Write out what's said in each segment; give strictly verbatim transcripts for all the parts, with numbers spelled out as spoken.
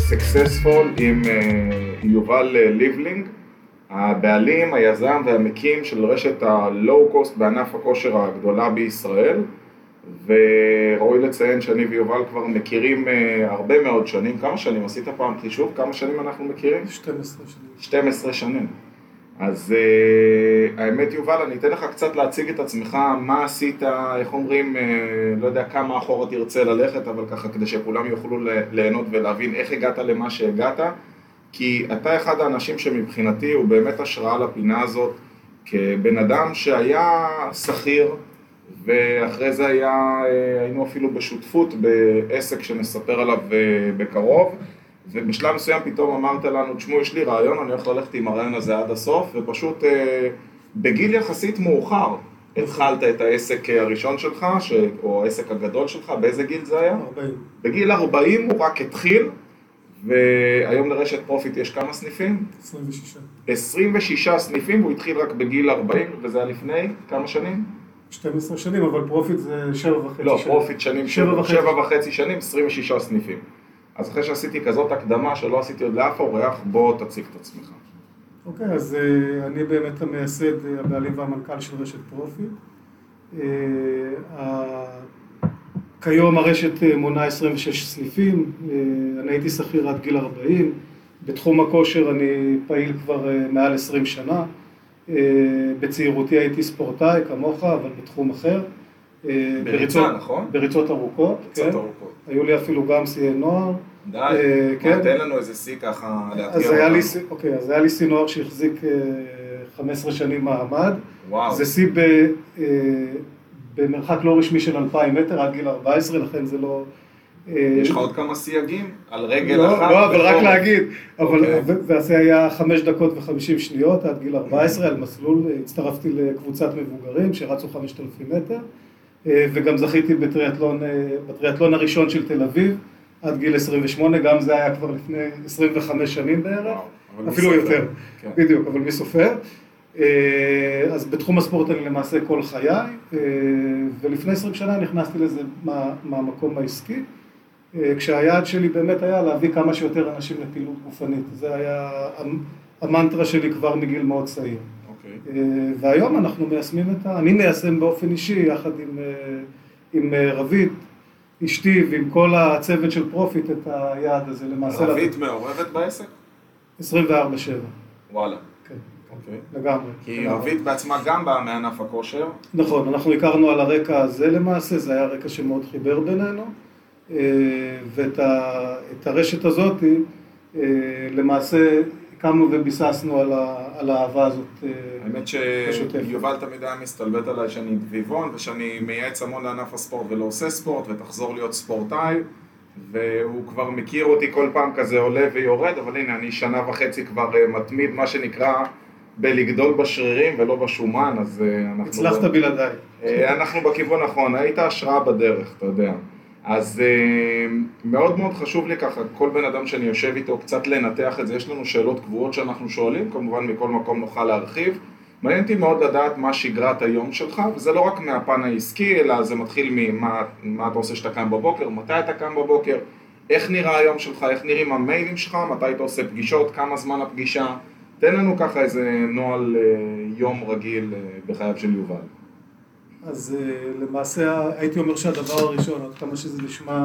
סקסספול עם יובל ליבלינג, הבעלים, היזם והמקים של רשת הלואו-קוסט בענף הכושר הגדולה בישראל, וראוי לציין שאני ויובל כבר מכירים הרבה מאוד שנים. כמה שנים? עשית פעם חישוב? כמה שנים אנחנו מכירים? שתים עשרה שנים. שתים עשרה שנים. אז uh, האמת יובל, אני אתן לך קצת להציג את עצמך, מה עשית, איך אומרים, uh, לא יודע כמה אחורה תרצה ללכת, אבל ככה כדי שכולם יוכלו ליהנות ולהבין איך הגעת למה שהגעת, כי אתה אחד האנשים שמבחינתי הוא באמת השראה לפינה הזאת, כבן אדם שהיה שכיר, ואחרי זה היה, היינו אפילו בשותפות בעסק שנספר עליו בקרוב, ובשלב מסוים פתאום אמרת לנו, תשמעו, יש לי רעיון, אני הולך ללכת עם הרעיון הזה עד הסוף, ופשוט בגיל יחסית מאוחר התחלת את העסק הראשון שלך, ש... או העסק הגדול שלך, באיזה גיל זה היה? ארבעים. בגיל ארבעים הוא רק התחיל, והיום לרשת פרופיט יש כמה סניפים? עשרים ושישה. עשרים ושישה סניפים, והוא התחיל רק בגיל ארבעים, וזה היה לפני כמה שנים? שתים עשרה שנים, אבל פרופיט זה שבע וחצי לא, שנים. לא, פרופיט שנים, שבע, שבע וחצי שנים, עשרים ושישה סניפים. אז אחרי שעשיתי כזאת הקדמה שלא עשיתי עוד לאף אורח, בוא תציג את עצמך. אוקיי, אז אני באמת המייסד, הבעלים והמנכ"ל של רשת פרופיט. כיום הרשת מונה עשרים ושש סניפים, אני הייתי שכיר עד גיל ארבעים, בתחום הכושר אני פעיל כבר מעל עשרים שנה, בצעירותי הייתי ספורטאי כמוך, אבל בתחום אחר. בריצה, נכון? בריצות ארוכות, בריצות כן. ארוכות. היו לי אפילו גם שיאי נוער. די, כן. תן לנו איזה שיא ככה לאתגר אז היה לי, אוקיי, אז היה לי שיא נוער שהחזיק חמש עשרה שנים מעמד. וואו. זה שיא ב, במרחק לא רשמי של אלפיים מטר עד גיל ארבע עשרה, לכן זה לא... יש לך עוד כמה סייגים? על רגל לא, אחת? לא, אבל רק להגיד. אבל, אוקיי. והשיא היה חמש דקות וחמישים שניות עד גיל ארבע עשרה, על מסלול, הצטרפתי לקבוצת מבוגרים שרצו חמשת אלפים מטר, וגם זכיתי בטריאטלון, בטריאטלון הראשון של תל אביב, עד גיל עשרים ושמונה, גם זה היה כבר לפני עשרים וחמש שנים בערך, אפילו יותר, כן. בדיוק, אבל מי סופר. אז בתחום הספורט אני למעשה כל חיי, ולפני עשרים שנה נכנסתי לזה מה, מהמקום העסקי, כשהיעד שלי באמת היה להביא כמה שיותר אנשים לפעילות גופנית. זה היה המנטרה שלי כבר מגיל מאוד צעיר. Okay. והיום אנחנו מיישמים את ה... אני מיישם באופן אישי, יחד עם, עם רבית, אשתי, ועם כל הצוות של פרופיט את היעד הזה. למעשה רבית לת... מעורבת בעסק? עשרים וארבע שבע. וואלה. כן. Okay. לגמרי. כי רבית בעצמה גם באה מענף הכושר. נכון, אנחנו הכרנו על הרקע הזה למעשה, זה היה רקע שמאוד חיבר בינינו. ואת ה, את הרשת הזאת למעשה הקמנו וביססנו על, ה, על האהבה הזאת. האמת שיובל תמיד היה מסתלבט עליי שאני דביבון ושאני מייעץ המון לענף הספורט ולא עושה ספורט ותחזור להיות ספורטאי, והוא כבר מכיר אותי כל פעם כזה עולה ויורד, אבל הנה אני שנה וחצי כבר מתמיד מה שנקרא בלגדול בשרירים ולא בשומן, אז אנחנו... הצלחת בלעדיי. אנחנו בכיוון נכון, היית השראה בדרך, אתה יודע. אז מאוד מאוד חשוב לי ככה, כל בן אדם שאני יושב איתו קצת לנתח את זה, יש לנו שאלות קבועות שאנחנו שואלים, כמובן מכל מקום נוכל להרחיב. מעניין אותי מאוד לדעת מה שגרת היום שלך, וזה לא רק מהפן העסקי, אלא זה מתחיל ממה מה אתה עושה שאתה קם בבוקר, מתי אתה קם בבוקר, איך נראה היום שלך, איך נראים המיילים שלך, מתי אתה עושה פגישות, כמה זמן הפגישה. תן לנו ככה איזה נוהל יום רגיל בחייו של יובל. אז למעשה הייתי אומר שהדבר הראשון, עד כמה שזה נשמע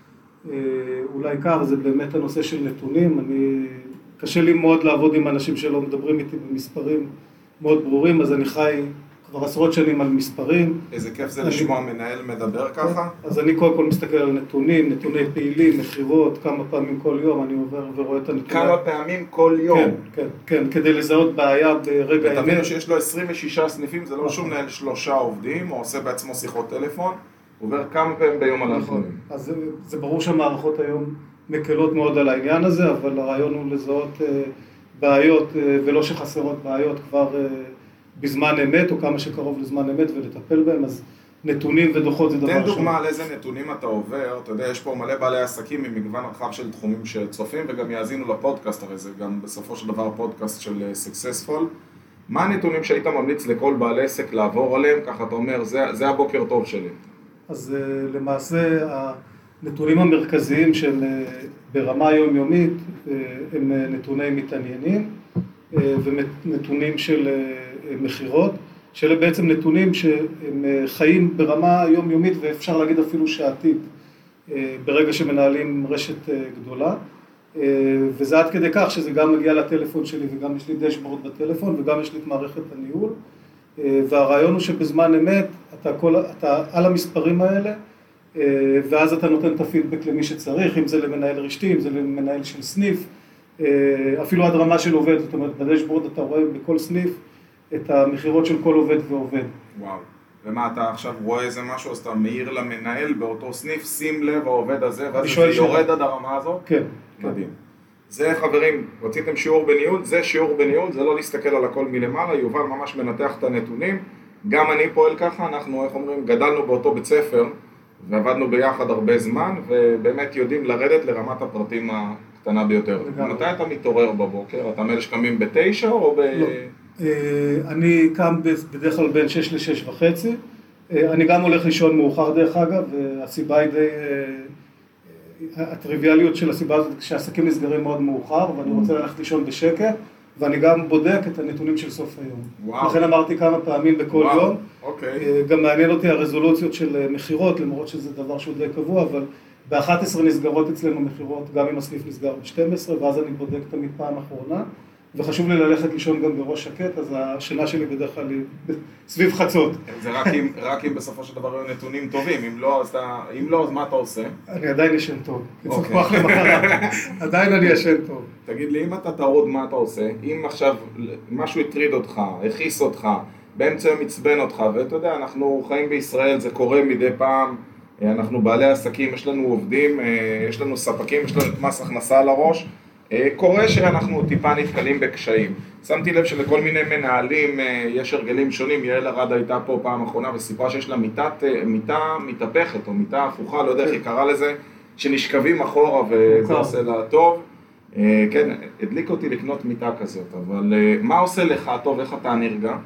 אולי כך, זה באמת הנושא של נתונים. אני, קשה לי מאוד לעבוד עם אנשים שלא מדברים איתי במספרים מאוד ברורים, אז אני חי כבר עשרות שנים על מספרים. איזה כיף זה לשמוע מנהל מדבר ככה. אז אני קודם כל מסתכל על נתונים, נתוני פעילים, מחירות, כמה פעמים כל יום אני עובר ורואה את הנתונים. כמה פעמים כל יום. כן, כן, כן, כדי לזהות בעיה ברגע ימים. ותבינו שיש לו עשרים ושישה סניפים, זה לא שום מנהל שלושה עובדים, או עושה בעצמו שיחות טלפון, הוא עובר כמה פעמים ביום על הנתונים. אז זה, זה ברור שהמערכות היום מקלות מאוד על העניין הזה, אבל הרעיון הוא לזהות בעיות, ולא שחסרות בעיות כבר בזמן אמת, או כמה שקרוב לזמן אמת, ולטפל בהם. אז נתונים ודוחות זה דבר שם. תן דוגמה על איזה נתונים אתה עובר, אתה יודע, יש פה מלא בעלי עסקים עם מגוון רחב של תחומים שצופים, וגם יאזינו לפודקאסט, הרי זה גם בסופו של דבר פודקאסט של סקסספול. מה הנתונים שהיית ממליץ לכל בעל עסק לעבור עליהם? ככה אתה אומר, זה, זה הבוקר טוב שלי. אז למעשה, הנתונים המרכזיים של ברמה יומיומית הם נתוני מתעניינים ונתונים של מחירות, שאלה בעצם נתונים שהם חיים ברמה יומיומית ואפשר להגיד אפילו שעתית ברגע שמנהלים רשת גדולה, וזה עד כדי כך שזה גם מגיע לטלפון שלי וגם יש לי דשבורד בטלפון וגם יש לי את מערכת הניהול, והרעיון הוא שבזמן אמת אתה, כל, אתה על המספרים האלה ואז אתה נותן את הפידבק למי שצריך, אם זה למנהל רשתי, אם זה למנהל של סניף, אפילו עד רמה של עובד, זאת אומרת בדשבורד אתה רואה בכל סניף את המחירות של כל עובד ועובד. וואו, ומה אתה עכשיו רואה איזה משהו, אז אתה מעיר למנהל באותו סניף, שים לב העובד הזה, ואז זה יורד עד הרמה הזו? כן. מדהים. זה חברים, רציתם שיעור בניהול, זה שיעור בניהול, זה לא להסתכל על הכל מלמעלה, יובל ממש מנתח את הנתונים, גם אני פועל ככה, אנחנו, איך אומרים, גדלנו באותו בית ספר, ועבדנו ביחד הרבה זמן, ובאמת יודעים לרדת לרמת הפרטים הקטנה ביותר. מתי אתה מתעורר בבוקר? אתה מאלה שקמים בתשע או ב... לא. אני קם בדרך כלל בין שש לשש וחצי, אני גם הולך לישון מאוחר דרך אגב, והסיבה היא די... הטריוויאליות של הסיבה הזאת כשהעסקים נסגרים מאוד מאוחר, ואני רוצה ללכת לישון בשקט, ואני גם בודק את הנתונים של סוף היום. וואו. לכן אמרתי כמה פעמים בכל וואו. יום. אוקיי. גם מעניין אותי הרזולוציות של מחירות, למרות שזה דבר שהוא די קבוע, אבל ב-אחת עשרה נסגרות אצלנו מחירות, גם אם הסניף נסגר ב-שתים עשרה, ואז אני בודק תמיד פעם אחרונה, וחשוב לי ללכת לישון גם בראש שקט, אז השינה שלי בדרך כלל היא סביב חצות. זה רק אם, רק אם בסופו של דבר היו נתונים טובים, אם לא, אז, אתה, אם לא, אז מה אתה עושה? אני עדיין ישן טוב, צריך כוח למחרת, עדיין אני ישן טוב. תגיד לי, אם אתה תערוד מה אתה עושה, אם עכשיו משהו הטריד אותך, הכיס אותך, באמצע מצבן אותך, ואתה יודע, אנחנו חיים בישראל, זה קורה מדי פעם, אנחנו בעלי עסקים, יש לנו עובדים, יש לנו ספקים, יש לנו מס הכנסה על הראש, קורה שאנחנו טיפה נתקלים בקשיים. שמתי לב שלכל מיני מנהלים יש הרגלים שונים, יעל ארד הייתה פה פעם אחרונה וסיפרה שיש לה מיטת, מיטה מתהפכת או מיטה הפוכה, לא יודע איך היא קראה לזה, שנשכבים אחורה וזה עושה לה טוב. כן, הדליק אותי לקנות מיטה כזאת, אבל מה עושה לך טוב, איך אתה נרגע?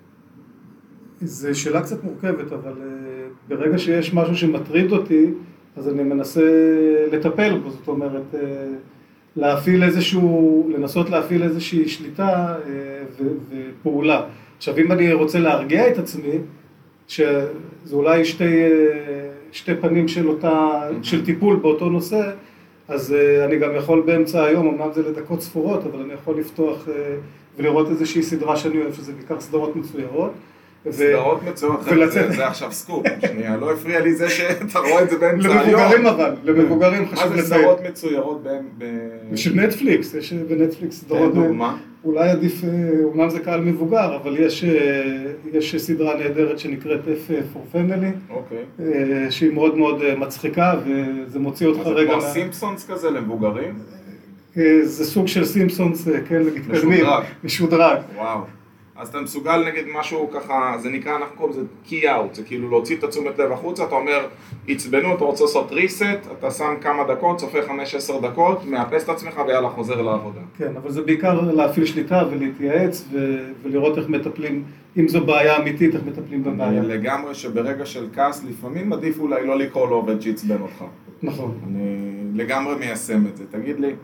זו שאלה קצת מורכבת, אבל ברגע שיש משהו שמטריד אותי, אז אני מנסה לטפל בו, זאת אומרת, להפעיל איזשהו, לנסות להפעיל איזושהי שליטה ופעולה. עכשיו, אם אני רוצה להרגיע את עצמי, שזה אולי שתי, שתי פנים של אותה, של טיפול באותו נושא, אז אני גם יכול באמצע היום, אמנם זה לדקות ספורות, אבל אני יכול לפתוח ולראות איזושהי סדרה שאני אוהב, שזה בעיקר סדרות מצוירות. סדרות מצוירות, זה עכשיו סקופ, שנייה, לא הפריע לי זה שאתה רואה את זה באמצע היום. למבוגרים אבל, למבוגרים חשוב לציין. מה זה סדרות מצוירות? של נטפליקס, יש בנטפליקס סדרות, אולי עדיף, אומנם זה קהל מבוגר, אבל יש סדרה נהדרת שנקראת F for Family, שהיא מאוד מאוד מצחיקה וזה מוציא אותך רגע. זה כמו סימפסונס כזה למבוגרים? זה סוג של סימפסונס, כן, למתקדמים. משודרג. משודרג. וואו. אז אתה מסוגל נגד משהו ככה, זה נקרא, אנחנו קוראים לזה key out, זה כאילו להוציא את התשומת לב החוצה, אתה אומר, הצבנו, אתה רוצה לעשות reset, אתה שם כמה דקות, צופה חמש עשר דקות, מאפס את עצמך ויאללה, חוזר לעבודה. כן, אבל זה בעיקר להפעיל שליטה ולהתייעץ ו- ולראות איך מטפלים, אם זו בעיה אמיתית, איך מטפלים בבעיה. לגמרי שברגע של כעס, לפעמים עדיף אולי לא לקרוא לעובד שיצבן אותך. נכון. אני לגמרי מיישם את זה. תגיד לי,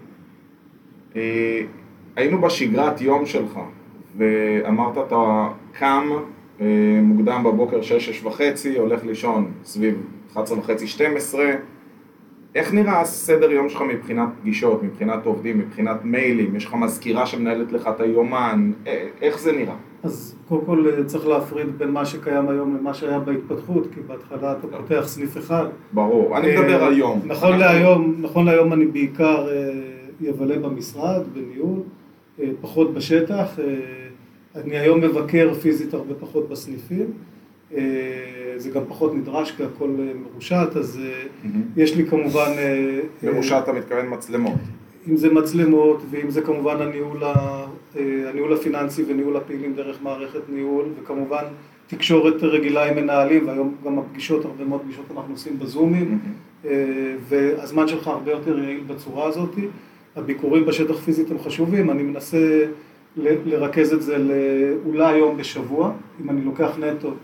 היינו בשגרת יום שלך, ואמרת אתה קם מוקדם בבוקר שש, שש וחצי, הולך לישון סביב אחת עשרה וחצי, שתים עשרה, איך נראה הסדר יום שלך מבחינת פגישות, מבחינת עובדים, מבחינת מיילים, יש לך מזכירה שמנהלת לך את היומן, איך זה נראה? אז קודם כל צריך להפריד בין מה שקיים היום למה שהיה בהתפתחות, כי בהתחלה אתה פותח סניף אחד. ברור, אני מדבר על יום. נכון להיום, נכון להיום אני בעיקר יבלה במשרד, בניהול, פחות בשטח, אני היום מבקר פיזית הרבה פחות בסניפים, זה גם פחות נדרש כי הכל מרושת, אז יש לי כמובן... מרושת אתה מתכוון מצלמות? אם זה מצלמות, ואם זה כמובן הניהול, הניהול הפיננסי וניהול הפעילים דרך מערכת ניהול, וכמובן תקשורת רגילה עם מנהלים, והיום גם הפגישות, הרבה מאוד פגישות אנחנו עושים בזומים, והזמן שלך הרבה יותר יעיל בצורה הזאת. הביקורים בשטח פיזית הם חשובים, אני מנסה לרכז את זה לאולי יום בשבוע, אם אני לוקח נטו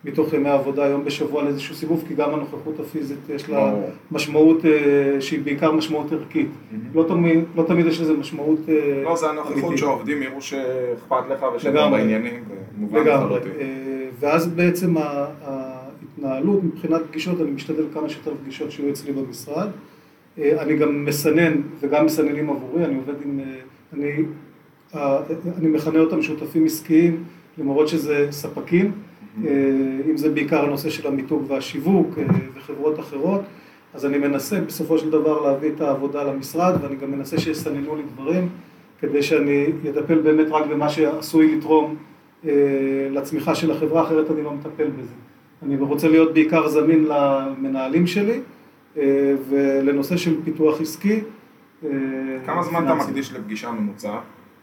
מתוך ימי העבודה יום בשבוע לאיזשהו סיבוב, כי גם הנוכחות הפיזית יש לה משמעות שהיא בעיקר משמעות ערכית. לא תמיד, לא תמיד יש לזה משמעות אמיתית. לא, זה הנוכחות שהעובדים יראו שאכפת לך ושאתם בעניינים, ומובן לחלוטין. ואז בעצם ההתנהלות מבחינת פגישות, אני משתדל כמה שיותר פגישות שיהיו אצלי במשרד. אני גם מסנן, וגם מסננים עבורי, אני עובד עם, אני, אני מכנה אותם שותפים עסקיים, למרות שזה ספקים, אם זה בעיקר הנושא של המיתוג והשיווק וחברות אחרות, אז אני מנסה בסופו של דבר להביא את העבודה למשרד, ואני גם מנסה שיסננו לי דברים, כדי שאני יטפל באמת רק במה שעשוי לתרום לצמיחה של החברה, אחרת אני לא מטפל בזה. אני רוצה להיות בעיקר זמין למנהלים שלי, ולנושא של פיתוח עסקי. כמה זמן אתה מקדיש לפגישה ממוצעת?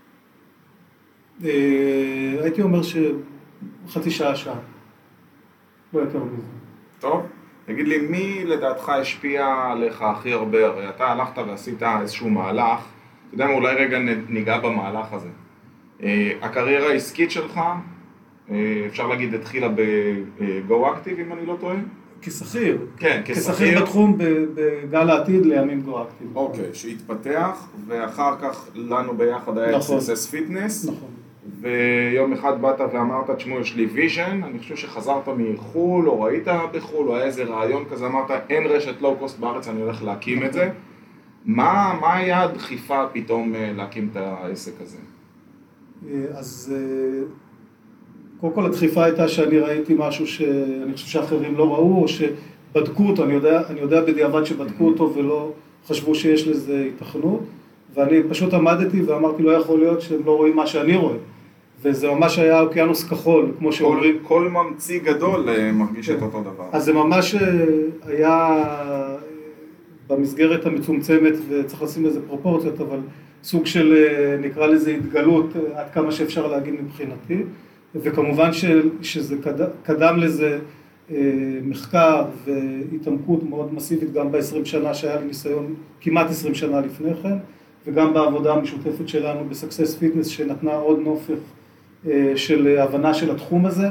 הייתי אומר שחצי שעה, שעה. לא יותר מזה. טוב. תגיד לי, מי לדעתך השפיע עליך הכי הרבה? הרי אתה הלכת ועשית איזשהו מהלך, אתה יודע מה, אולי רגע ניגע במהלך הזה. הקריירה העסקית שלך, אפשר להגיד, התחילה ב-GoActive, אם אני לא טועה? כשכיר. כן, כשכיר. כשכיר בתחום בגל העתיד לימים GoActive. אוקיי, שהתפתח, ואחר כך לנו ביחד היה Success Fitness. נכון. ויום אחד באת ואמרת, תשמעו, יש לי ויז'ן, אני חושב שחזרת מחול, או ראית בחול, או היה איזה רעיון כזה, אמרת, אין רשת לואו-קוסט בארץ, אני הולך להקים את זה. מה, מה היה הדחיפה פתאום להקים את העסק הזה? אז קודם כל הדחיפה הייתה שאני ראיתי משהו שאני חושב שאחרים לא ראו, או שבדקו אותו, אני יודע, אני יודע בדיעבד שבדקו אותו ולא חשבו שיש לזה התכנות, ואני פשוט עמדתי ואמרתי, לא יכול להיות שהם לא רואים מה שאני רואה. וזה ממש היה אוקיינוס כחול, כמו שאומרים. כל, כל ממציא גדול מרגיש את אותו דבר. אז זה ממש היה במסגרת המצומצמת, וצריך לשים לזה פרופורציות, אבל סוג של, נקרא לזה התגלות, עד כמה שאפשר להגיד מבחינתי. וכמובן ש, שזה קד, קדם לזה מחקר והתעמקות מאוד מסיבית, גם ב-עשרים שנה שהיה לי ניסיון, כמעט עשרים שנה לפני כן, וגם בעבודה המשותפת שלנו ב-Success Fitness, שנתנה עוד נופך של הבנה של התחום הזה,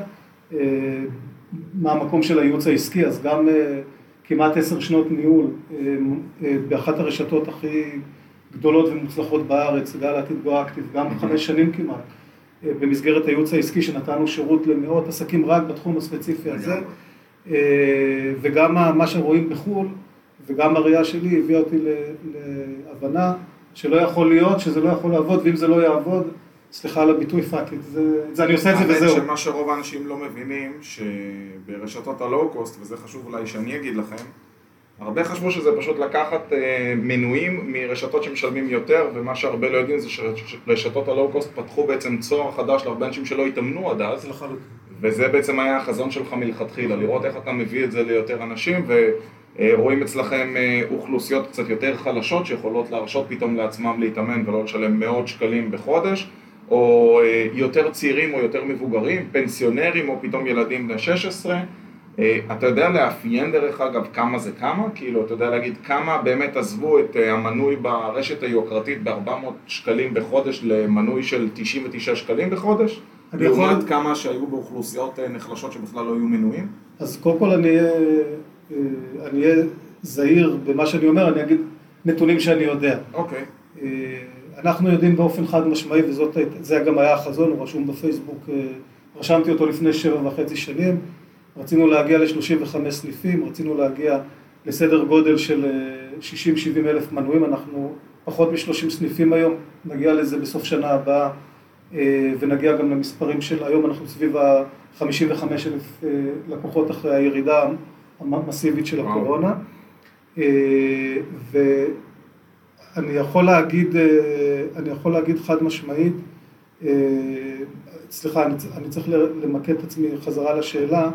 מהמקום של הייעוץ העסקי, אז גם כמעט עשר שנות ניהול, באחת הרשתות הכי גדולות ומוצלחות בארץ, גל העתיד GoActive, גם חמש שנים כמעט, במסגרת הייעוץ העסקי שנתנו שירות למאות עסקים רק בתחום הספציפי הזה, וגם מה שרואים בחול, וגם הראייה שלי הביאה אותי להבנה שלא יכול להיות, שזה לא יכול לעבוד, ואם זה לא יעבוד, סליחה על הביטוי פאק, זה אני עושה את זה וזהו. האמת שמה שרוב האנשים לא מבינים, שברשתות הלואו-קוסט, וזה חשוב אולי שאני אגיד לכם, הרבה חשבו שזה פשוט לקחת מנויים מרשתות שמשלמים יותר, ומה שהרבה לא יודעים זה שרשתות הלואו-קוסט פתחו בעצם צוהר חדש להרבה אנשים שלא התאמנו עד אז, וזה בעצם היה החזון שלך מלכתחילה, לראות איך אתה מביא את זה ליותר אנשים, ורואים אצלכם אוכלוסיות קצת יותר חלשות שיכולות להרשות פתאום לעצמם להתאמן ולא לשלם מאות שקלים בחודש, או יותר צעירים או יותר מבוגרים, פנסיונרים או פתאום ילדים בני שש עשרה. אתה יודע לאפיין דרך אגב כמה זה כמה? כאילו, אתה יודע להגיד כמה באמת עזבו את המנוי ברשת היוקרתית ב-ארבע מאות שקלים בחודש למנוי של תשעים ותשעה שקלים בחודש? לעומת כמה שהיו באוכלוסיות נחלשות שבכלל לא היו מנויים? אז קודם כל אני אהיה זהיר במה שאני אומר, אני אגיד נתונים שאני יודע. אוקיי. אנחנו יודעים באופן חד משמעי, וזה גם היה החזון, הוא רשום בפייסבוק, רשמתי אותו לפני שבע וחצי שנים, רצינו להגיע ל-שלושים וחמישה סניפים, רצינו להגיע לסדר גודל של שישים שבעים אלף מנויים, אנחנו פחות מ-שלושים סניפים היום, נגיע לזה בסוף שנה הבאה, ונגיע גם למספרים של היום, אנחנו סביב ה-חמישים וחמישה אלף לקוחות אחרי הירידה המסיבית של הקורונה, ואני יכול להגיד, אני יכול להגיד חד משמעית, סליחה, אני צריך למקד את עצמי חזרה לשאלה.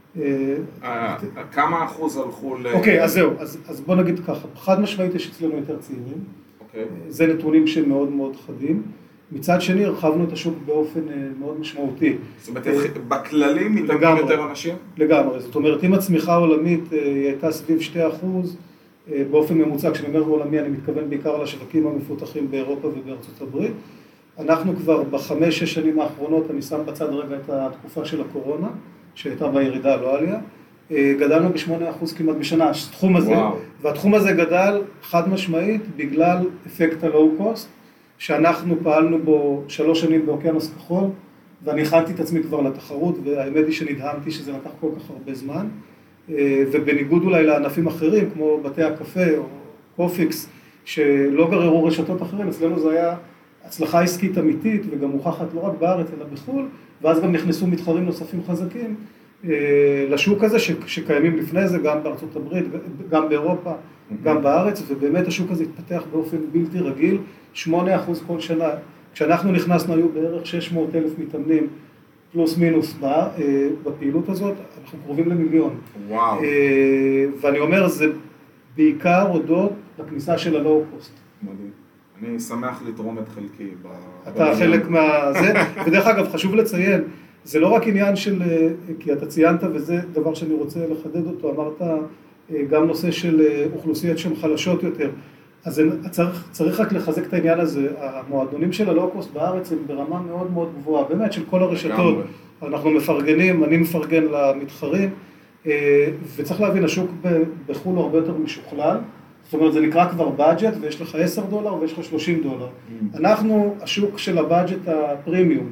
כמה אחוז הלכו ל... אוקיי, אז זהו, אז בוא נגיד ככה, חד משמעית יש אצלנו יותר צעירים, זה נתונים שמאוד מאוד חדים, מצד שני הרחבנו את השוק באופן מאוד משמעותי. זאת אומרת, בכללים מתאגמים יותר אנשים? לגמרי, זאת אומרת, אם הצמיחה העולמית היא הייתה סביב שני אחוז, באופן ממוצע, כשאני אומר עולמי, אני מתכוון בעיקר לשווקים המפותחים באירופה ובארצות הברית, אנחנו כבר בחמש, שש שנים האחרונות, אני שם בצד רגע את התקופה של הקורונה, שהייתה בירידה, לא עלייה. גדלנו ב-שמונה אחוז כמעט בשנה, התחום הזה, וואו. והתחום הזה גדל חד משמעית בגלל אפקט הלואו-קוסט, שאנחנו פעלנו בו שלוש שנים באוקיינוס כחול, ואני הכנתי את עצמי כבר לתחרות, והאמת היא שנדהמתי שזה לקח כל כך הרבה זמן, ובניגוד אולי לענפים אחרים, כמו בתי הקפה או קופיקס, שלא גררו רשתות אחרים, אצלנו זה היה הצלחה עסקית אמיתית, וגם מוכחת לא רק בארץ אלא בחו"ל, ואז גם נכנסו מתחרים נוספים חזקים, לשוק הזה שקיימים לפני זה, גם בארצות הברית, גם באירופה, גם בארץ, ובאמת השוק הזה התפתח באופן בלתי רגיל, שמונה אחוז כל שנה. כשאנחנו נכנסנו היו בערך שש מאות אלף מתאמנים, פלוס מינוס בפעילות הזאת, אנחנו קרובים למיליון. וואו. ואני אומר, זה בעיקר הודות לכניסה של הלואו-קוסט. מדהים. אני שמח לתרום את חלקי. אתה חלק מהזה, ודרך אגב, חשוב לציין, זה לא רק עניין של, כי אתה ציינת, וזה דבר שאני רוצה לחדד אותו, אמרת גם נושא של אוכלוסיות שהן חלשות יותר, אז צריך, צריך רק לחזק את העניין הזה, המועדונים של הלואו-קוסט בארץ הם ברמה מאוד מאוד גבוהה, באמת של כל הרשתות, אנחנו מפרגנים, אני מפרגן למתחרים, וצריך להבין, השוק בחו"ל הוא הרבה יותר משוכלל, זאת אומרת, זה נקרא כבר בדג'ט, ויש לך עשרה דולר ויש לך שלושים דולר. אנחנו, השוק של הבדג'ט הפרימיום,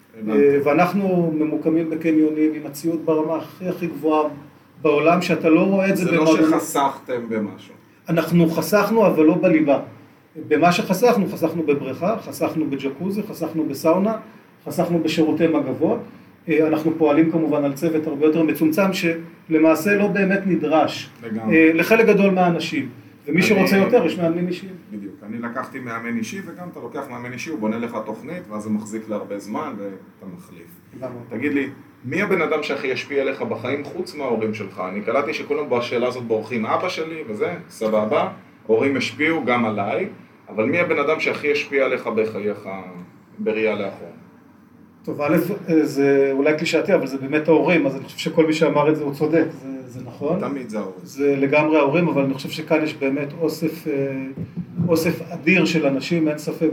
ואנחנו ממוקמים בקניונים עם הציוד ברמה הכי הכי גבוהה בעולם, שאתה לא רואה את זה. זה לא שחסכתם במשהו. אנחנו חסכנו, אבל לא בליבה. במה שחסכנו, חסכנו בבריכה, חסכנו בג'קוזי, חסכנו בסאונה, חסכנו בשירותי מגבות. אנחנו פועלים כמובן על צוות הרבה יותר מצומצם, שלמעשה לא באמת נדרש לחלק גדול מהאנשים. ומי שרוצה יותר, יש מאמנים אישיים. בדיוק. אני לקחתי מאמן אישי, וגם אתה לוקח מאמן אישי, הוא בונה לך תוכנית, ואז זה מחזיק להרבה זמן, ואתה מחליף. תגיד לי, מי הבן אדם שהכי ישפיע עליך בחיים חוץ מההורים שלך? אני קלטתי שכולם בשאלה הזאת בורחים אבא שלי, וזה, סבבה. הורים השפיעו גם עליי, אבל מי הבן אדם שהכי ישפיע עליך בחייך בראייה לאחור? טוב, א', זה אולי קלישאתי, אבל זה באמת ההורים, אז אני חושב שכל מי שאמר את זה הוא צודק, זה, זה נכון. תמיד זה ההורים. זה לגמרי ההורים, אבל אני חושב שכאן יש באמת אוסף, אוסף אדיר של אנשים, אין ספק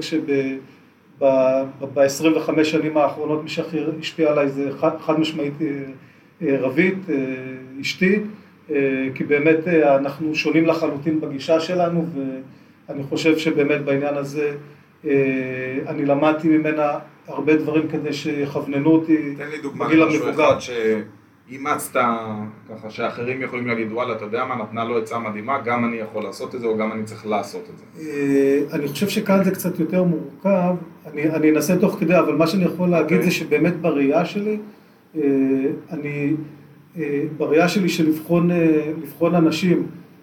שב-עשרים וחמש שנים האחרונות מי שהכי השפיע עליי זה חד, חד משמעית רבית, אשתי, כי באמת אנחנו שונים לחלוטין בגישה שלנו, ואני חושב שבאמת בעניין הזה אני למדתי ממנה הרבה דברים כדי שיכווננו אותי. תן לי דוגמה למשהו אחד שאימצת ככה שאחרים יכולים להגיד, וואלה, אתה יודע מה, נתנה לו עצה מדהימה, גם אני יכול לעשות את זה או גם אני צריך לעשות את זה. אני חושב שכאן זה קצת יותר מורכב, אני, אני אנסה תוך כדי, אבל מה שאני יכול להגיד זה שבאמת בראייה שלי, אני, בראייה שלי של לבחון, לבחון אנשים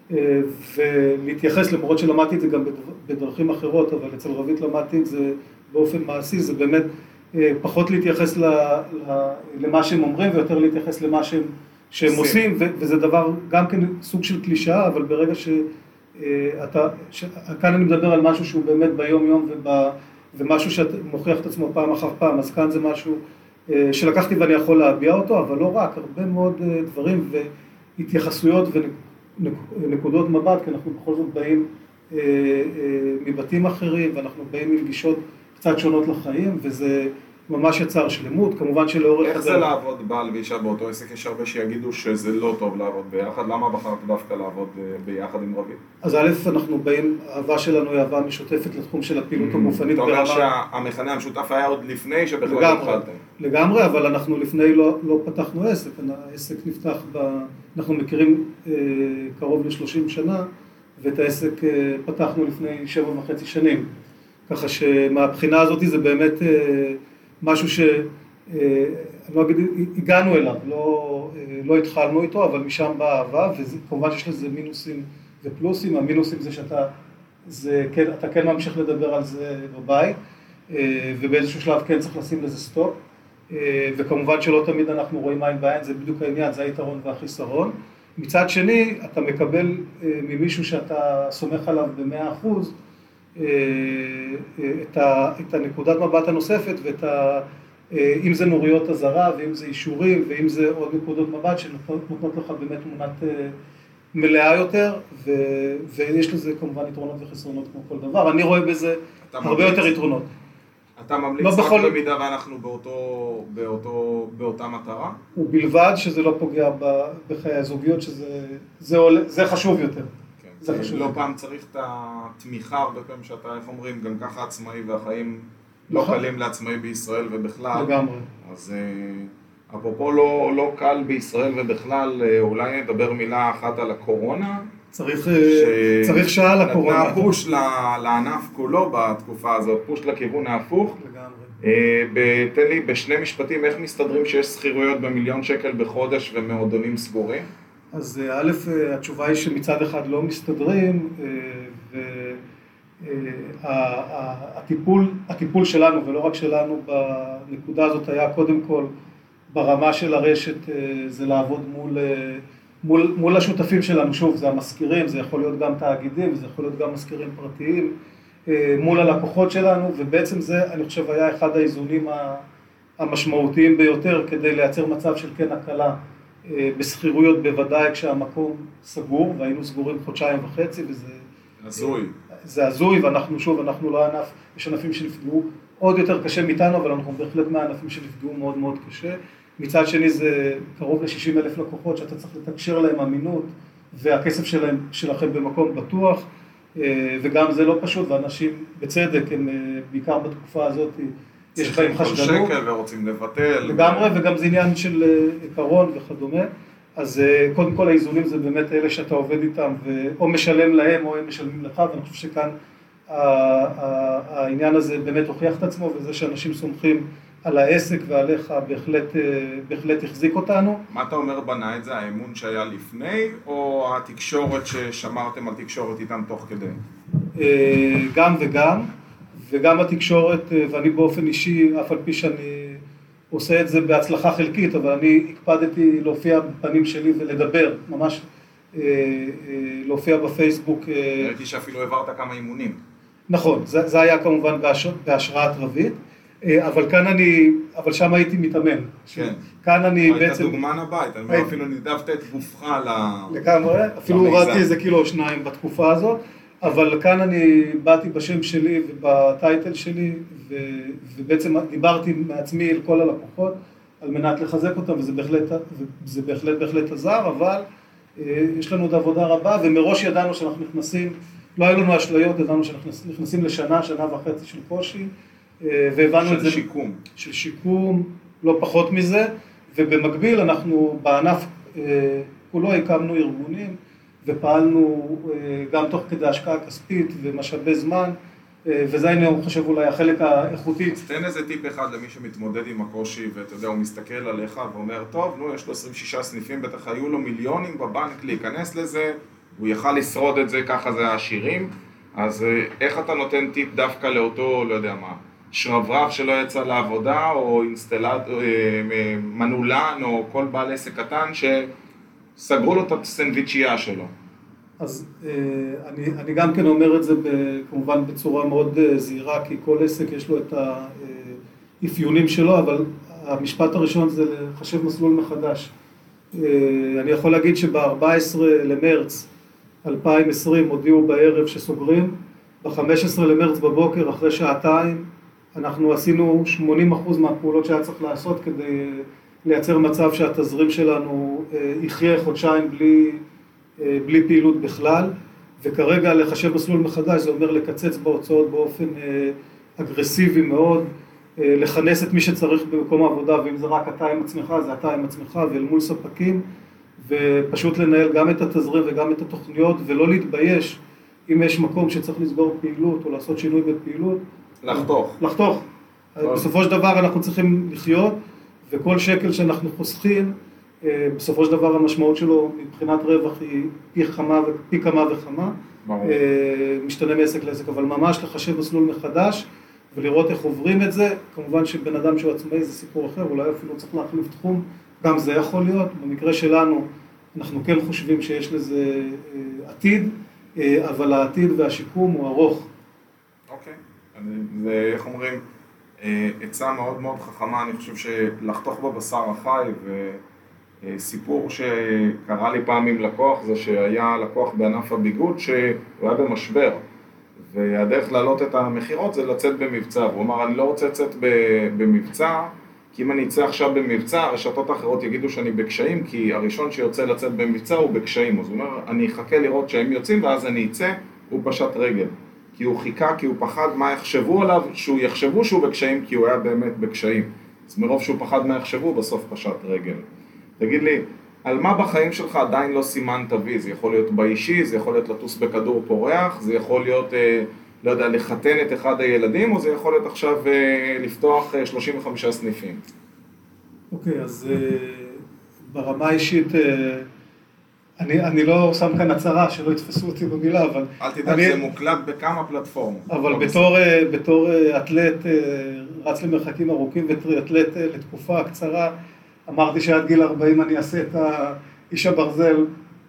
ולהתייחס, למרות שלמדתי את זה גם בדרכים אחרות, אבל אצל רבית למדתי את זה באופן מעשי, זה באמת פחות להתייחס למה שהם אומרים ויותר להתייחס למה שהם, שהם עושים, וזה דבר גם כן סוג של קלישאה, אבל ברגע שאתה, כאן אני מדבר על משהו שהוא באמת ביום יום ומשהו שמוכיח את עצמו פעם אחר פעם, אז כאן זה משהו שלקחתי ואני יכול להביע אותו, אבל לא רק, הרבה מאוד דברים והתייחסויות ונקודות מבט, כי אנחנו בכל זאת באים מבתים אחרים ואנחנו באים עם גישות קצת שונות לחיים, וזה ממש יצר שלמות, כמובן שלאורך... איך זה לעבוד בעל ואישה באותו עסק? יש הרבה שיגידו שזה לא טוב לעבוד ביחד, למה בחרת דווקא לעבוד ביחד עם רבית? אז א', אנחנו באים, האהבה שלנו היא אהבה משותפת לתחום של הפעילות הגופנית. אתה אומר שהמכנה המשותף היה עוד לפני שבכלל התחלתם. לגמרי, אבל אנחנו לפני לא פתחנו עסק, העסק נפתח, אנחנו מכירים קרוב ל-שלושים שנה, ואת העסק פתחנו לפני שבע וחצי שנים. ככה שמהבחינה הזאת זה באמת משהו ש... אני לא אגיד, הגענו אליו, לא, לא התחלנו איתו, אבל משם באה אהבה, וכמובן שיש לזה מינוסים ופלוסים. המינוסים זה שאתה זה, כן, אתה כן ממשיך לדבר על זה בבית, ובאיזשהו שלב כן צריך לשים לזה סטופ, וכמובן שלא תמיד אנחנו רואים עין בעין, זה בדיוק העניין, זה היתרון והחיסרון. מצד שני, אתה מקבל ממישהו שאתה סומך עליו ב-מאה אחוז, את, ה, את הנקודת מבט הנוספת, ואת ה, אם זה נוריות הזרה, ואם זה אישורים, ואם זה עוד נקודות מבט שנותנות לך באמת תמונת מלאה יותר, ו, ויש לזה כמובן יתרונות וחסרונות כמו כל דבר. אני רואה בזה הרבה יותר יתרונות. אתה ממליץ רק בכל... במידה ואנחנו באותו, באותו, באותה מטרה? ובלבד שזה לא פוגע בחיי הזוגיות, שזה זה, זה חשוב יותר. כן. זה חשוב לא יותר. פעם צריך את התמיכה הרבה פעמים שאתה, איך אומרים, גם ככה עצמאי והחיים לא קלים לעצמאי בישראל ובכלל. לגמרי. אז אפרופו לא, לא קל בישראל ובכלל, אולי נדבר מילה אחת על הקורונה. צריך, ש... צריך שעה לקורונה. נתנה פוש לענף כולו בתקופה הזאת, פוש לכיוון ההפוך. לגמרי. תן לי בשני משפטים, איך מסתדרים שיש שכירויות במיליון שקל בחודש ומועדונים סגורים? אז א', התשובה היא שמצד אחד לא מסתדרים, והטיפול, הטיפול שלנו, ולא רק שלנו, בנקודה הזאת היה קודם כל ברמה של הרשת, זה לעבוד מול... מול, מול השותפים שלנו, שוב, זה המזכירים, זה יכול להיות גם תאגידים, זה יכול להיות גם מזכירים פרטיים, מול הלקוחות שלנו, ובעצם זה, אני חושב, היה אחד האיזונים המשמעותיים ביותר, כדי לייצר מצב של כן הקלה בסחירויות, בוודאי כשהמקום סגור, והיינו סגורים חודשיים וחצי, וזה... הזוי. זה הזוי, ואנחנו, שוב, אנחנו לא ענף, יש ענפים שנפגעו עוד יותר קשה מאיתנו, אבל אנחנו בהחלט מהענפים שנפגעו מאוד מאוד קשה. מצד שני זה קרוב ל-שישים אלף לקוחות שאתה צריך לתקשר להם אמינות והכסף שלהם, שלכם במקום בטוח, וגם זה לא פשוט, ואנשים בצדק הם בעיקר בתקופה הזאת יש בהם חשדנות. שקל ורוצים לבטל. לגמרי, וגם זה עניין של עיקרון וכדומה. אז קודם כל האיזונים זה באמת אלה שאתה עובד איתם, או משלם להם או הם משלמים לך, ואני חושב שכאן העניין הזה באמת הוכיח את עצמו, וזה שאנשים סומכים על העסק ועליך בהחלט, בהחלט החזיק אותנו. מה אתה אומר בנה את זה? האמון שהיה לפני, או התקשורת ששמרתם על תקשורת איתם תוך כדי? גם וגם, וגם התקשורת, ואני באופן אישי, אף על פי שאני עושה את זה בהצלחה חלקית, אבל אני הקפדתי להופיע בפנים שלי ולדבר, ממש להופיע בפייסבוק. ראיתי שאפילו העברת כמה אימונים. נכון, זה, זה היה כמובן בהשראת רבית. אבל כאן אני, אבל שם הייתי מתאמן. כן. כאן אני בעצם... היית דוגמן הבית, אני אפילו נידבת את גופך ל... לגמרי, אפילו הורדתי איזה קילו או שניים בתקופה הזאת, אבל כאן אני באתי בשם שלי ובטייטל שלי, ובעצם דיברתי מעצמי אל כל הלקוחות, על מנת לחזק אותם, וזה בהחלט, וזה בהחלט, בהחלט עזר, אבל יש לנו עוד עבודה רבה, ומראש ידענו שאנחנו נכנסים, לא היו לנו אשליות, ידענו שאנחנו נכנסים לשנה, שנה וחצי של קושי, והבנו את זה, של שיקום. של שיקום, לא פחות מזה, ובמקביל אנחנו בענף כולו הקמנו ארגונים, ופעלנו גם תוך כדי השקעה כספית ומשאבי זמן, וזה אני חושב אולי החלק האיכותי. אז תן איזה טיפ אחד למי שמתמודד עם הקושי, ואתה יודע, הוא מסתכל עליך ואומר, טוב, נו, יש לו עשרים ושישה סניפים, בטח היו לו מיליונים בבנק להיכנס לזה, הוא יכל לשרוד את זה, ככה זה העשירים, אז איך אתה נותן טיפ דווקא לאותו, לא יודע מה, שרברב שלא יצא לעבודה, או אינסטלט, מנולן, או כל בעל עסק קטן, שסגרו לו את הסנדוויצ'ייה שלו. אז אני, אני גם כן אומר את זה כמובן בצורה מאוד זהירה, כי כל עסק יש לו את האפיונים שלו, אבל המשפט הראשון זה לחשב מסלול מחדש. אני יכול להגיד שב-ארבעה עשר למרץ אלפיים ועשרים הודיעו בערב שסוגרים, ב-חמישה עשר למרץ בבוקר אחרי שעתיים, אנחנו עשינו שמונים אחוז מהפעולות שהיה צריך לעשות כדי לייצר מצב שהתזרים שלנו יחיה חודשיים בלי, בלי פעילות בכלל, וכרגע לחשב מסלול מחדש זה אומר לקצץ בהוצאות באופן אגרסיבי מאוד, לכנס את מי שצריך במקום העבודה, ואם זה רק אתה עם עצמך, זה אתה עם עצמך ואל מול ספקים, ופשוט לנהל גם את התזרים וגם את התוכניות, ולא להתבייש אם יש מקום שצריך לסגור פעילות או לעשות שינוי בפעילות, לחתוך. לחתוך. בסופו של דבר אנחנו צריכים לחיות, וכל שקל שאנחנו חוסכים, בסופו של דבר המשמעות שלו מבחינת רווח היא פי כמה ופי כמה וכמה. משתנה מעסק לעסק, אבל ממש לחשב מסלול מחדש, ולראות איך עוברים את זה. כמובן שבן אדם שהוא עצמאי זה סיפור אחר, אולי אפילו צריך להחליף תחום, גם זה יכול להיות. במקרה שלנו אנחנו כן חושבים שיש לזה עתיד, אבל העתיד והשיקום הוא ארוך. אוקיי. זה, איך אומרים, עצה מאוד מאוד חכמה, אני חושב שלחתוך בבשר החי, וסיפור שקרה לי פעם עם לקוח, זה שהיה לקוח בענף הביגוד שהוא היה במשבר, והדרך להעלות את המחירות זה לצאת במבצע. הוא אמר, אני לא רוצה לצאת במבצע, כי אם אני אצא עכשיו במבצע, הרשתות האחרות יגידו שאני בקשיים, כי הראשון שיוצא לצאת במבצע הוא בקשיים. אז הוא אומר, אני אחכה לראות שהם יוצאים, ואז אני אצא, הוא פשט רגל. כי הוא חיכה, כי הוא פחד מה יחשבו עליו, שהוא יחשבו שהוא בקשיים, כי הוא היה באמת בקשיים. אז מרוב שהוא פחד מה יחשבו, בסוף פשט רגל. תגיד לי, על מה בחיים שלך עדיין לא סימנת וי? זה יכול להיות באישי, זה יכול להיות לטוס בכדור פורח, זה יכול להיות, אה, לא יודע, לחתן את אחד הילדים, או זה יכול להיות עכשיו אה, לפתוח אה, שלושים וחמישה סניפים? אוקיי, אז אה, ברמה האישית, אה, אני, אני לא שם כאן הצהרה, שלא יתפסו אותי במילה, אבל... אל תדאג, אני... זה מוקלט בכמה פלטפורמות. אבל בתור, אה, בתור אה, אתלט, אה, רץ למרחקים ארוכים וטריאטלט אה, לתקופה קצרה, אמרתי שעד גיל ארבעים אני אעשה את האיש הברזל,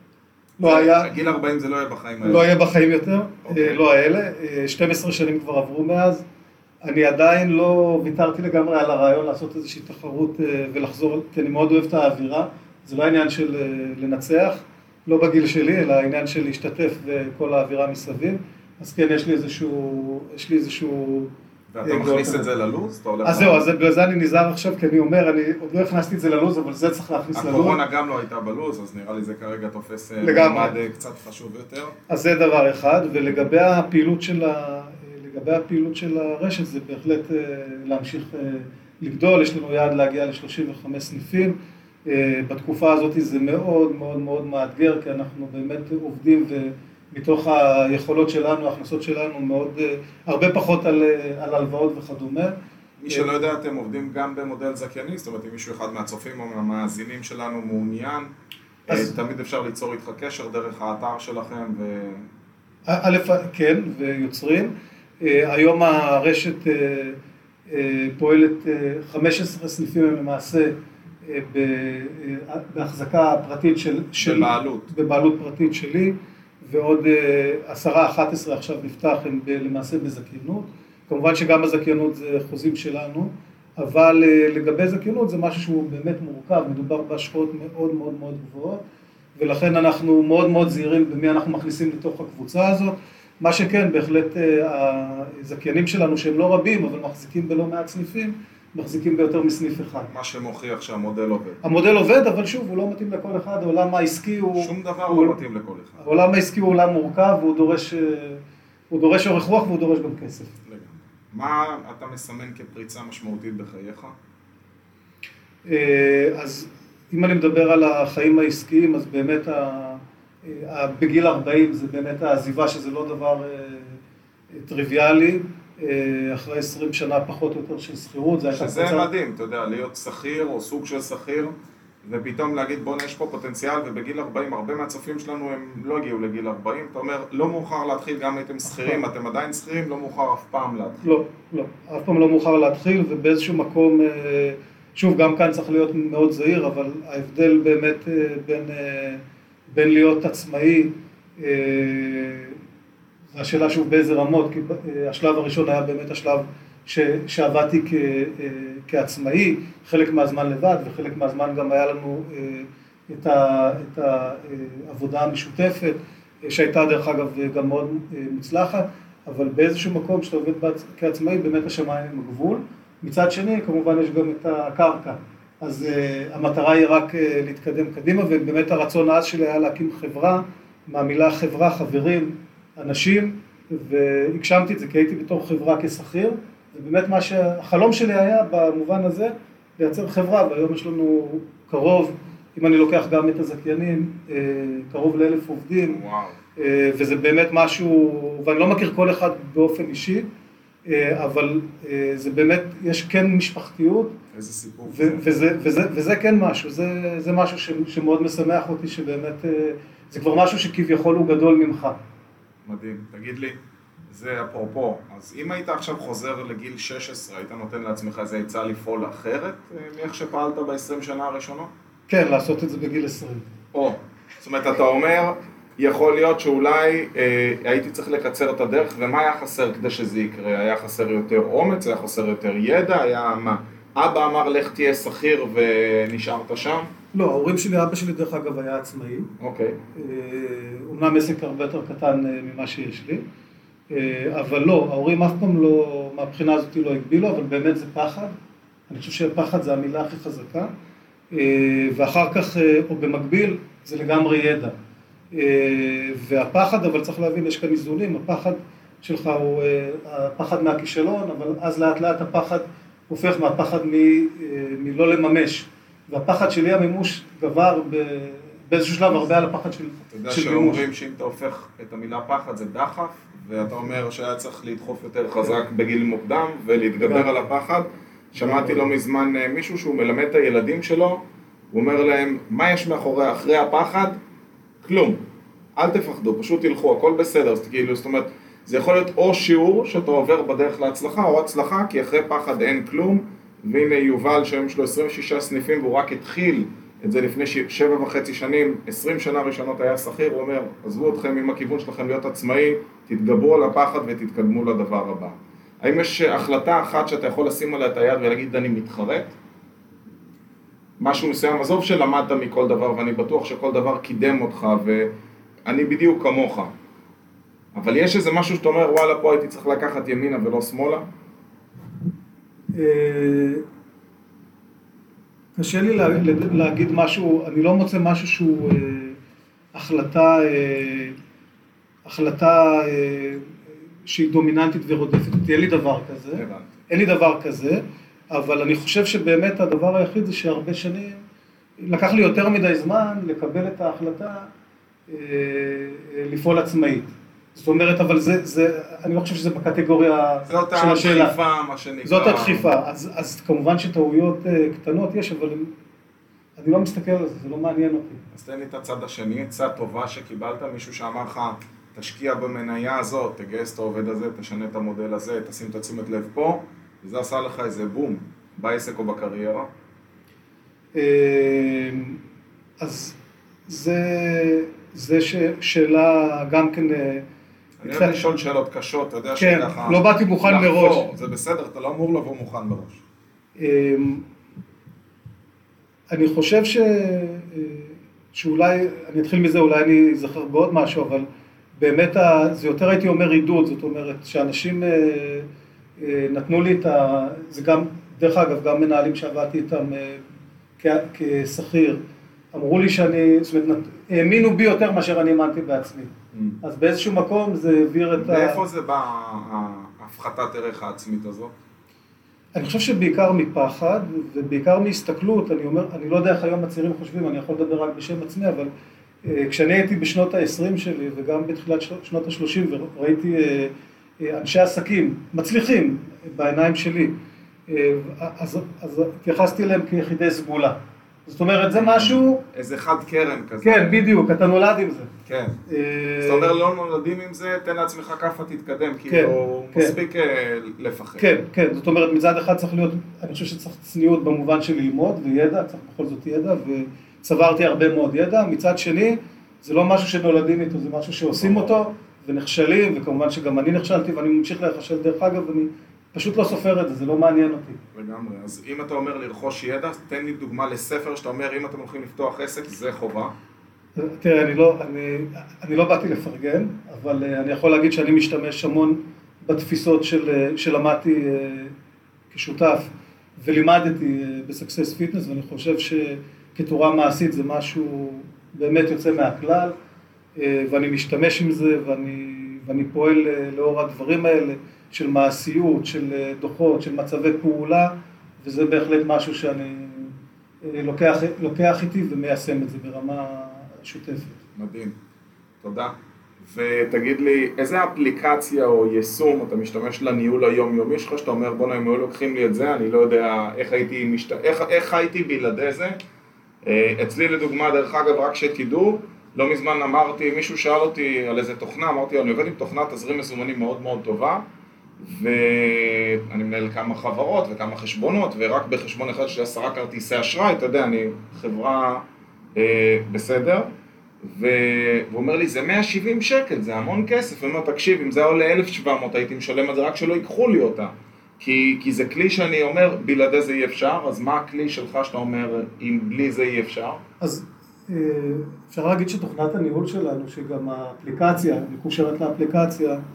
לא היה... גיל ארבעים זה לא יהיה בחיים האלה. לא יהיה בחיים יותר, לא האלה, שתים עשרה שנים כבר עברו מאז, אני עדיין לא ויתרתי לגמרי על הרעיון לעשות איזושהי תחרות ולחזור, כי אני מאוד אוהב את האווירה, זה לא העניין של לנצח, לא בגיל שלי, אלא העניין של להשתתף וכל האווירה מסביב, אז כן, יש לי איזשהו, יש לי איזשהו... ואתה מכניס את זה ללוז? אז זהו, אז בגלל זה אני נזהר עכשיו, כי אני אומר, אני עוד לא הכנסתי את זה ללוז, אבל זה צריך להכניס ללוז. הקורונה גם לא הייתה בלוז, אז נראה לי זה כרגע תופס מעמד קצת חשוב יותר. אז זה דבר אחד, ולגבי הפעילות של ה... לגבי הפעילות של הרשת, זה בהחלט להמשיך לגדול, יש לנו יעד להגיע ל-שלושים וחמישה סניפים. בתקופה הזאת זה מאוד מאוד מאוד מאתגר, כי אנחנו באמת עובדים ו... מתוך היכולות שלנו, ההכנסות שלנו, מאוד, הרבה פחות על, על הלוואות וכדומה. מי שלא יודע, אתם עובדים גם במודל זכייני, זאת אומרת, אם מישהו אחד מהצופים או מהמאזינים שלנו מעוניין, אז... תמיד אפשר ליצור איתך קשר דרך האתר שלכם ו... א', כן, ויוצרים. היום הרשת פועלת חמישה עשר סניפים למעשה בהחזקה פרטית של... בבעלות. בבעלות פרטית שלי. ועוד עשרה, אחת עשרה עכשיו נפתח הם למעשה בזכיינות. כמובן שגם הזכיינות זה חוזים שלנו, אבל לגבי זכיינות זה משהו שהוא באמת מורכב, מדובר בהשקעות מאוד מאוד מאוד גבוהות, ולכן אנחנו מאוד מאוד זהירים במי אנחנו מכניסים לתוך הקבוצה הזאת. מה שכן, בהחלט הזכיינים שלנו שהם לא רבים, אבל מחזיקים בלא מעט סניפים, מחזיקים ביותר מסניף אחד. מה שמוכיח שהמודל עובד. המודל עובד, אבל שוב, הוא לא מתאים לכל אחד, העולם העסקי הוא... שום דבר הוא לא מתאים לכל אחד. העולם העסקי הוא עולם מורכב, והוא דורש, הוא דורש אורך רוח והוא דורש גם כסף. לגמרי. מה אתה מסמן כפריצה משמעותית בחייך? אז אם אני מדבר על החיים העסקיים, אז באמת בגיל ארבעים זה באמת העזיבה, שזה לא דבר טריוויאלי. אחרי עשרים שנה פחות או יותר של שכירות. שזה מדהים, אתה יודע, להיות שכיר או סוג של שכיר, ופתאום להגיד בוא יש פה פוטנציאל, ובגיל ארבעים, הרבה מהצופים שלנו הם לא הגיעו לגיל ארבעים, אתה אומר, לא מאוחר להתחיל, גם הייתם שכירים, אתם עדיין שכירים, לא מאוחר אף פעם להתחיל. לא, לא, אף פעם לא מאוחר להתחיל, ובאיזשהו מקום, שוב, גם כאן צריך להיות מאוד זהיר, אבל ההבדל באמת בין, בין להיות עצמאי, השאלה שוב באיזה רמות, כי השלב הראשון היה באמת השלב ש, שעבדתי כ, כעצמאי, חלק מהזמן לבד וחלק מהזמן גם היה לנו את, ה, את העבודה המשותפת, שהייתה דרך אגב גם מאוד מוצלחת, אבל באיזשהו מקום שאתה עובד כעצמאי באמת השמיים הם הגבול. מצד שני כמובן יש גם את הקרקע, אז המטרה היא רק להתקדם קדימה, ובאמת הרצון אז שלי היה להקים חברה, מהמילה חברה, חברים, אנשים, והגשמתי את זה כי הייתי בתור חברה כשכיר, ובאמת מה שהחלום שלי היה במובן הזה, לייצר חברה, והיום יש לנו קרוב, אם אני לוקח גם את הזכיינים, קרוב לאלף עובדים, וואו. וזה באמת משהו, ואני לא מכיר כל אחד באופן אישי, אבל זה באמת, יש כן משפחתיות, איזה סיפור. וזה, וזה, וזה כן משהו, זה, זה משהו ש, שמאוד משמח אותי, שבאמת, זה כבר משהו שכביכול הוא גדול ממך. מדהים. תגיד לי, זה אפרופו, אז אם היית עכשיו חוזר לגיל שש עשרה, היית נותן לעצמך איזה עצה לפעול אחרת מאיך שפעלת ב-עשרים שנה הראשונות? כן, לעשות את זה בגיל עשרים. או, זאת אומרת, אתה אומר, יכול להיות שאולי אה, הייתי צריך לקצר את הדרך, ומה היה חסר כדי שזה יקרה? היה חסר יותר אומץ, היה חסר יותר ידע, היה מה? אבא אמר לך תהיה שכיר ונשארת שם? לא, ההורים שלי, אבא שלי דרך אגב היה עצמאי. אוקיי. אומנם עסק הרבה יותר קטן ממה שיש לי. אבל לא, ההורים אף פעם לא, מהבחינה הזאת לא הגבילו, אבל באמת זה פחד. אני חושב שפחד זה המילה הכי חזקה. ואחר כך, או במקביל, זה לגמרי ידע. והפחד, אבל צריך להבין, יש כאן איזונים, הפחד שלך הוא הפחד מהכישלון, אבל אז לאט לאט הפחד הופך מהפחד מ, מלא לממש. והפחד שלי המימוש גבר באיזשהו שלב הרבה על הפחד של, אתה יודע של מימוש. שאומרים שאם אתה הופך את המילה פחד זה דחף, ואתה אומר שהיה צריך לדחוף יותר חזק בגיל מוקדם ולהתגבר על הפחד. שמעתי לא מזמן מישהו שהוא מלמד את הילדים שלו, הוא אומר להם, מה יש מאחורי, אחרי הפחד? כלום. אל תפחדו, פשוט תלכו, הכל בסדר. אז כאילו, זאת אומרת, זה יכול להיות או שיעור שאתה עובר בדרך להצלחה, או הצלחה, כי אחרי פחד אין כלום. והנה יובל, שהיום יש לו עשרים ושישה סניפים, והוא רק התחיל את זה לפני שבע וחצי שנים, עשרים שנה ראשונות היה שכיר, הוא אומר, עזבו אתכם עם הכיוון שלכם להיות עצמאי, תתגברו על הפחד ותתקדמו לדבר הבא. האם יש החלטה אחת שאתה יכול לשים עליה את היד ולהגיד, אני מתחרט? משהו מסוים, עזוב שלמדת מכל דבר, ואני בטוח שכל דבר קידם אותך, ואני בדיוק כמוך. אבל יש איזה משהו שאתה אומר, וואלה, פה הייתי צריך לקחת ימינה ולא שמאלה? קשה לי להגיד משהו, אני לא מוצא משהו שהוא החלטה, החלטה שהיא דומיננטית ורודפת אותי, אין לי דבר כזה, אין לי דבר כזה, אבל אני חושב שבאמת הדבר היחיד זה שהרבה שנים, לקח לי יותר מדי זמן לקבל את ההחלטה לפעול עצמאית. זאת אומרת, אבל זה, זה, אני לא חושב שזה בקטגוריה של השאלה. זאת הדחיפה, מה שנקרא. זאת הדחיפה. אז, אז כמובן שטעויות קטנות יש, אבל אני לא מסתכל על זה, זה לא מעניין אותי. אז תן לי את הצד השני, הצד טובה שקיבלת, מישהו שאמר לך, תשקיע במניה הזאת, תגייס את העובד הזה, תשנה את המודל הזה, תשים את תשומת לב פה, וזה עשה לך איזה בום, בעסק או בקריירה? אז זה, זה שאלה גם כן... אני אוהב לשאול שאלות קשות, אתה יודע שככה... כן, לא באתי מוכן מראש. זה בסדר, אתה לא אמור לבוא מוכן מראש. אני חושב ש... שאולי, אני אתחיל מזה, אולי אני אזכר בעוד משהו, אבל באמת זה יותר הייתי אומר עידוד, זאת אומרת שאנשים נתנו לי את ה... זה גם, דרך אגב, גם מנהלים שעבדתי איתם כשכיר, אמרו לי שאני, זאת אומרת, האמינו בי יותר מאשר אני האמנתי בעצמי. אז באיזשהו מקום זה העביר את ה... ואיפה זה בא ההפחתת ערך העצמית הזאת? אני חושב שבעיקר מפחד, ובעיקר מהסתכלות, אני אומר, אני לא יודע איך היום הצעירים חושבים, אני יכול לדבר רק בשם עצמי, אבל כשאני הייתי בשנות ה-עשרים שלי, וגם בתחילת שנות ה-שלושים, וראיתי אנשי עסקים מצליחים בעיניים שלי, אז, אז התייחסתי אליהם כיחידי סגולה. זאת אומרת, זה משהו... איזה חד קרן כזה. כן, בדיוק, אתה נולד עם זה. כן. זאת אומרת, לא נולדים עם זה, תן לעצמך כפה, תתקדם, כאילו מספיק לפחד. כן, כן, זאת אומרת, מצד אחד צריך להיות, אני חושב שצריך צניעות במובן של ללמוד וידע, צריך בכל זאת ידע, וצברתי הרבה מאוד ידע. מצד שני, זה לא משהו שנולדים איתו, זה משהו שעושים אותו, ונכשלים, וכמובן שגם אני נכשלתי, ואני ממשיך להיכשל דרך אגב, ואני... פשוט לא סופר את זה, זה לא מעניין אותי. לגמרי, אז אם אתה אומר לרכוש ידע, תן לי דוגמה לספר שאתה אומר, אם אתם הולכים לפתוח עסק, זה חובה. תראה, אני לא, אני, אני לא באתי לפרגן, אבל אני יכול להגיד שאני משתמש המון בתפיסות של, שלמדתי כשותף, ולימדתי בסקסס פיטנס, ואני חושב שכתורה מעשית זה משהו באמת יוצא מהכלל, ואני משתמש עם זה, ואני, ואני פועל לאור הדברים האלה, של מעשיות, של דוחות, של מצבי פעולה, וזה בהחלט משהו שאני לוקח, לוקח איתי ומיישם את זה ברמה שוטפת. מדהים, תודה. ותגיד לי, איזה אפליקציה או יישום אתה משתמש לניהול היומיומי? יש לך שאתה אומר, בוא נעים, היו לוקחים לי את זה, אני לא יודע איך הייתי, משת... איך, איך הייתי בלעדי זה. אצלי לדוגמה, דרך אגב, רק שתדעו, לא מזמן אמרתי, מישהו שאל אותי על איזה תוכנה, אמרתי, אני עובד עם תוכנה תזרים מזומנים מאוד מאוד טובה, ואני מנהל כמה חברות וכמה חשבונות, ורק בחשבון אחד של עשרה כרטיסי אשראי, אתה יודע, אני חברה אה, בסדר, והוא אומר לי, זה מאה ושבעים שקל, זה המון כסף, הוא אומר, תקשיב, אם זה עולה אלף ושבע מאות, הייתי משלם על זה רק שלא ייקחו לי אותה, כי, כי זה כלי שאני אומר, בלעדי זה אי אפשר, אז מה הכלי שלך שאתה אומר, אם בלי זה אי אפשר? אז אפשר להגיד שתוכנת הניהול שלנו, שגם האפליקציה, מקושרת לאפליקציה,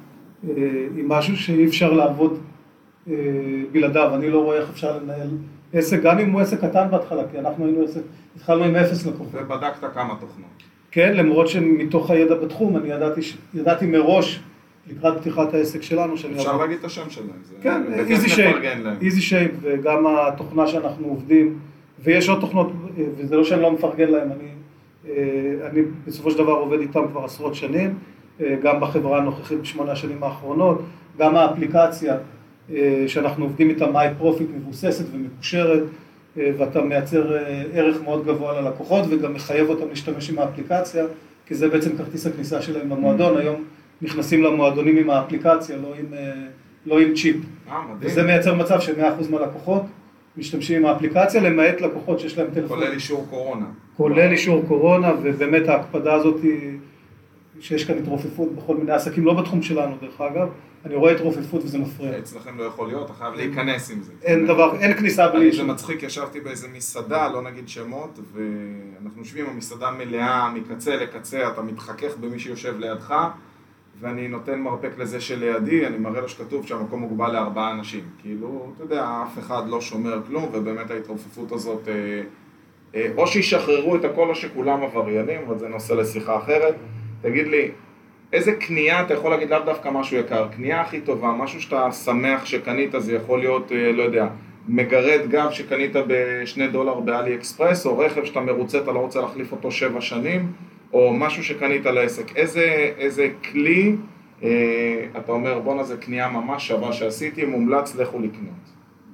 היא משהו שאי אפשר לעבוד בלעדיו. אני לא רואה איך אפשר לנהל עסק, גם אם הוא עסק קטן בהתחלה, כי אנחנו היינו עסק, התחלנו עם אפס לקוחות. ובדקת כמה תוכנות. כן, למרות שמתוך הידע בתחום, אני ידעתי, ידעתי מראש לקראת פתיחת העסק שלנו. אפשר להגיד את השם שלהם. כן, איזי שייפ, איזי שייפ, וגם התוכנה שאנחנו עובדים, ויש עוד תוכנות, וזה לא שאני לא מפרגן להם, אני, אני בסופו של דבר עובד איתם כבר עשרות שנים, גם בחברה הנוכחית בשמונה השנים האחרונות, גם האפליקציה שאנחנו עובדים איתה, My Profit, מבוססת ומקושרת, ואתה מייצר ערך מאוד גבוה ללקוחות, וגם מחייב אותם להשתמש עם האפליקציה, כי זה בעצם כרטיס הכניסה שלהם למועדון. היום נכנסים למועדונים עם האפליקציה, לא עם, לא עם צ'יפ. וזה מייצר מצב ש-מאה אחוז מהלקוחות משתמשים עם האפליקציה, למעט לקוחות שיש להם טלפון. כולל אישור קורונה. כולל אישור קורונה, ובאמת ההקפדה הזאת היא, שיש כאן התרופפות בכל מיני עסקים, לא בתחום שלנו דרך אגב, אני רואה התרופפות וזה מפריע. אצלכם לא יכול להיות, אתה חייב להיכנס עם זה. אין דבר, אין כניסה בלי. זה מצחיק, ישבתי באיזה מסעדה, לא נגיד שמות, ואנחנו יושבים במסעדה מלאה, מקצה לקצה, אתה מתחכך במי שיושב לידך, ואני נותן מרפק לזה שלידי, אני מראה לו שכתוב שהמקום מוגבל לארבעה אנשים. כאילו, אתה יודע, אף אחד לא שומר כלום, ובאמת ההתרופפות הזאת, או שישחררו את הכל או שכולם עבריינים, אבל זה נושא לשיחה אחרת. תגיד לי, איזה קנייה, אתה יכול להגיד לאו דווקא משהו יקר, קנייה הכי טובה, משהו שאתה שמח שקנית, זה יכול להיות, לא יודע, מגרד גב שקנית בשני דולר באלי אקספרס, או רכב שאתה מרוצה, אתה לא רוצה להחליף אותו שבע שנים, או משהו שקנית לעסק. איזה, איזה כלי, אה, אתה אומר, בוא נזה קנייה ממש שווה שעשיתי, מומלץ לכו לקנות.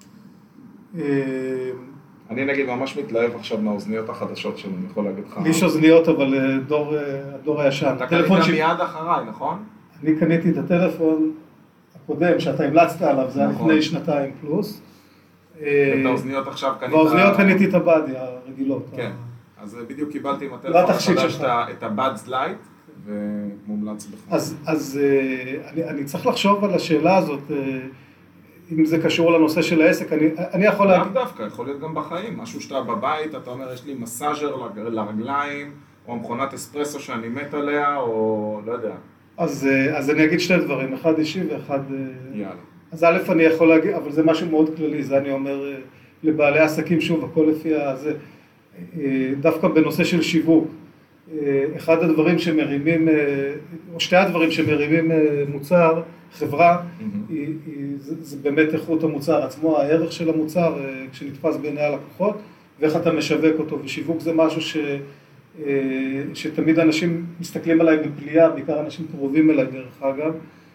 אני נגיד ממש מתלהב עכשיו מהאוזניות החדשות שלי, אני יכול להגיד לך. לי יש אוזניות, אבל דור, הדור הישן. אתה קנית ש... מיד אחריי, נכון? אני קניתי את הטלפון הקודם, שאתה המלצת עליו, זה היה נכון. לפני שנתיים פלוס. את האוזניות עכשיו קנית... באוזניות קניתי את הבאדי, הרגילות. כן, אז בדיוק קיבלתי עם הטלפון החדש את הבאדס לייט, ומומלץ בכלל. אז, אז אני, אני צריך לחשוב על השאלה הזאת, אם זה קשור לנושא של העסק, אני, אני יכול להגיד... גם דווקא, יכול להיות גם בחיים, משהו שאתה בבית, אתה אומר, יש לי מסאז'ר לרגליים, או מכונת אספרסו שאני מת עליה, או לא יודע. אז, אז אני אגיד שני דברים, אחד אישי ואחד... יאללה. אז א', אני יכול להגיד, אבל זה משהו מאוד כללי, זה אני אומר לבעלי עסקים, שוב, הכל לפי הזה, דווקא בנושא של שיווק, אחד הדברים שמרימים, או שתי הדברים שמרימים מוצר, חברה, mm-hmm. היא, היא, זה, זה באמת איכות המוצר עצמו, הערך של המוצר, כשנתפס בעיני הלקוחות, ואיך אתה משווק אותו, ושיווק זה משהו ש, שתמיד אנשים מסתכלים עליי בפליאה, בעיקר אנשים קרובים אליי דרך אגב,